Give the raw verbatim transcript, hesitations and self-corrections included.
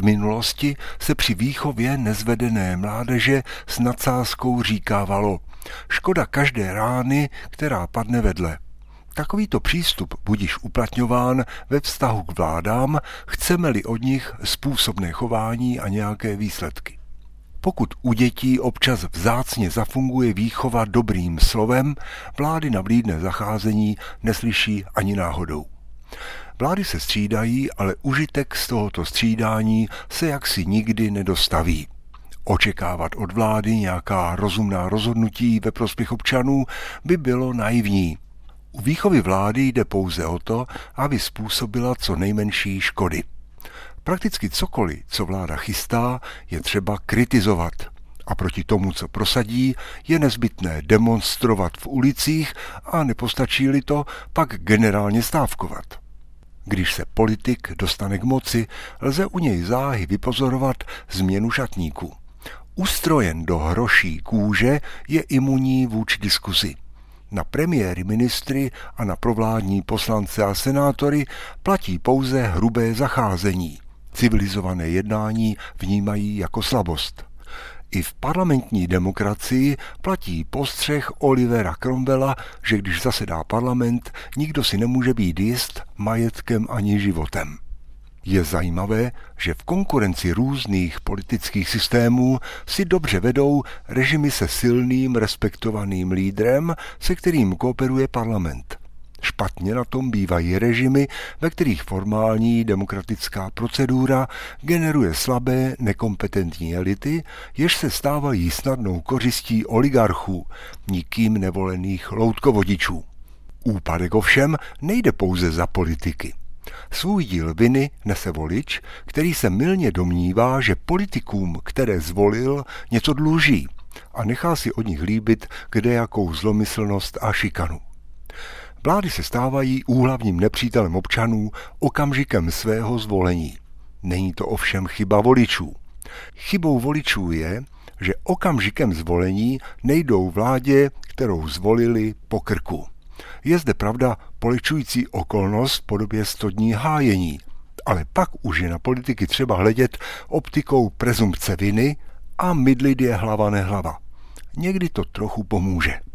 V minulosti se při výchově nezvedené mládeže s nadsázkou říkávalo: škoda každé rány, která padne vedle. Takovýto přístup budiž uplatňován ve vztahu k vládám, chceme-li od nich způsobné chování a nějaké výsledky. Pokud u dětí občas vzácně zafunguje výchova dobrým slovem, vlády na vlídné zacházení neslyší ani náhodou. Vlády se střídají, ale užitek z tohoto střídání se jaksi nikdy nedostaví. Očekávat od vlády nějaká rozumná rozhodnutí ve prospěch občanů by bylo naivní. U výchovy vlády jde pouze o to, aby způsobila co nejmenší škody. Prakticky cokoliv, co vláda chystá, je třeba kritizovat. A proti tomu, co prosadí, je nezbytné demonstrovat v ulicích a nepostačí-li to, pak generálně stávkovat. Když se politik dostane k moci, lze u něj záhy vypozorovat změnu šatníku. Ustrojen do hroší kůže je imunní vůči diskusi. Na premiéry, ministry a na provládní poslance a senátory platí pouze hrubé zacházení. Civilizované jednání vnímají jako slabost. I v parlamentní demokracii platí postřeh Olivera Cromwella, že když zasedá parlament, nikdo si nemůže být jist majetkem ani životem. Je zajímavé, že v konkurenci různých politických systémů si dobře vedou režimy se silným, respektovaným lídrem, se kterým kooperuje parlament. Špatně na tom bývají režimy, ve kterých formální demokratická procedura generuje slabé, nekompetentní elity, jež se stávají snadnou kořistí oligarchů, nikým nevolených loutkovodičů. Úpadek ovšem nejde pouze za politiky. Svůj díl viny nese volič, který se mylně domnívá, že politikům, které zvolil, něco dluží a nechá si od nich líbit kdejakou zlomyslnost a šikanu. Vlády se stávají úhlavním nepřítelem občanů okamžikem svého zvolení. Není to ovšem chyba voličů. Chybou voličů je, že okamžikem zvolení nejdou vládě, kterou zvolili, po krku. Je zde pravda polehčující okolnost v podobě sto dní hájení, ale pak už je na politiky třeba hledět optikou prezumpce viny a mydlit je hlava nehlava. Někdy to trochu pomůže.